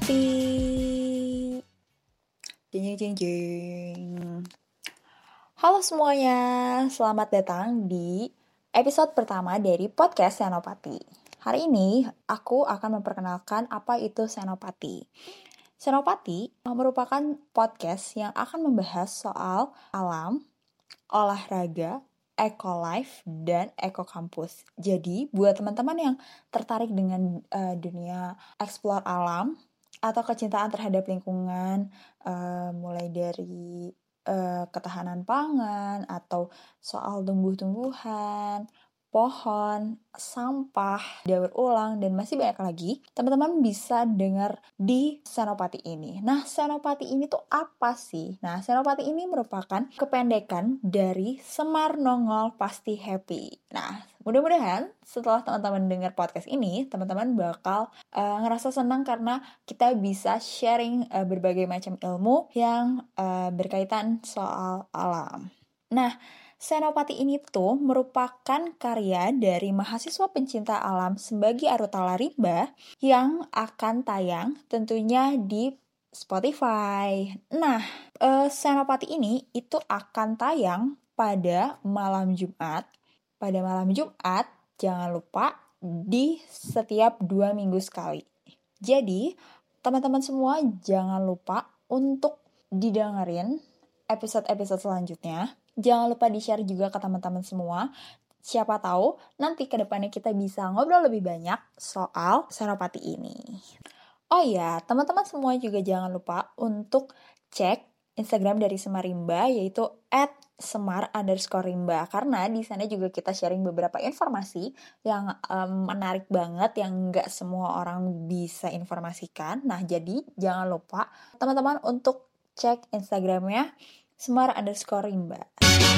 Senopati. Jeng jeng jeng. Halo semuanya, selamat datang di episode pertama dari podcast Senopati. Hari ini aku akan memperkenalkan apa itu Senopati. Senopati merupakan podcast yang akan membahas soal alam, olahraga, eco-life, dan eco-kampus. Jadi, buat teman-teman yang tertarik dengan dunia explore alam atau kecintaan terhadap lingkungan, mulai dari ketahanan pangan, atau soal tumbuh-tumbuhan, pohon, sampah, daur ulang, dan masih banyak lagi, teman-teman bisa dengar di Senopati ini. Nah, Senopati ini tuh apa sih? Nah, Senopati ini merupakan kependekan dari Semar Nongol Pasti Happy. Nah, mudah-mudahan setelah teman-teman dengar podcast ini, teman-teman bakal ngerasa senang karena kita bisa sharing berbagai macam ilmu yang berkaitan soal alam. Nah, Senopati ini tuh merupakan karya dari mahasiswa pencinta alam Sembagi Arutala Rimba yang akan tayang tentunya di Spotify. Nah, Senopati ini itu akan tayang pada malam Jumat. Pada malam Jumat, jangan lupa di setiap 2 minggu sekali. Jadi, teman-teman semua jangan lupa untuk didengerin episode-episode selanjutnya. Jangan lupa di-share juga ke teman-teman semua. Siapa tahu nanti ke depannya kita bisa ngobrol lebih banyak soal Senopati ini. Oh ya, teman-teman semua juga jangan lupa untuk cek Instagram dari Semar Rimba, yaitu @semar_rimba, karena di sana juga kita sharing beberapa informasi yang menarik banget yang nggak semua orang bisa informasikan. Nah, jadi jangan lupa teman-teman untuk cek Instagramnya Semar_rimba.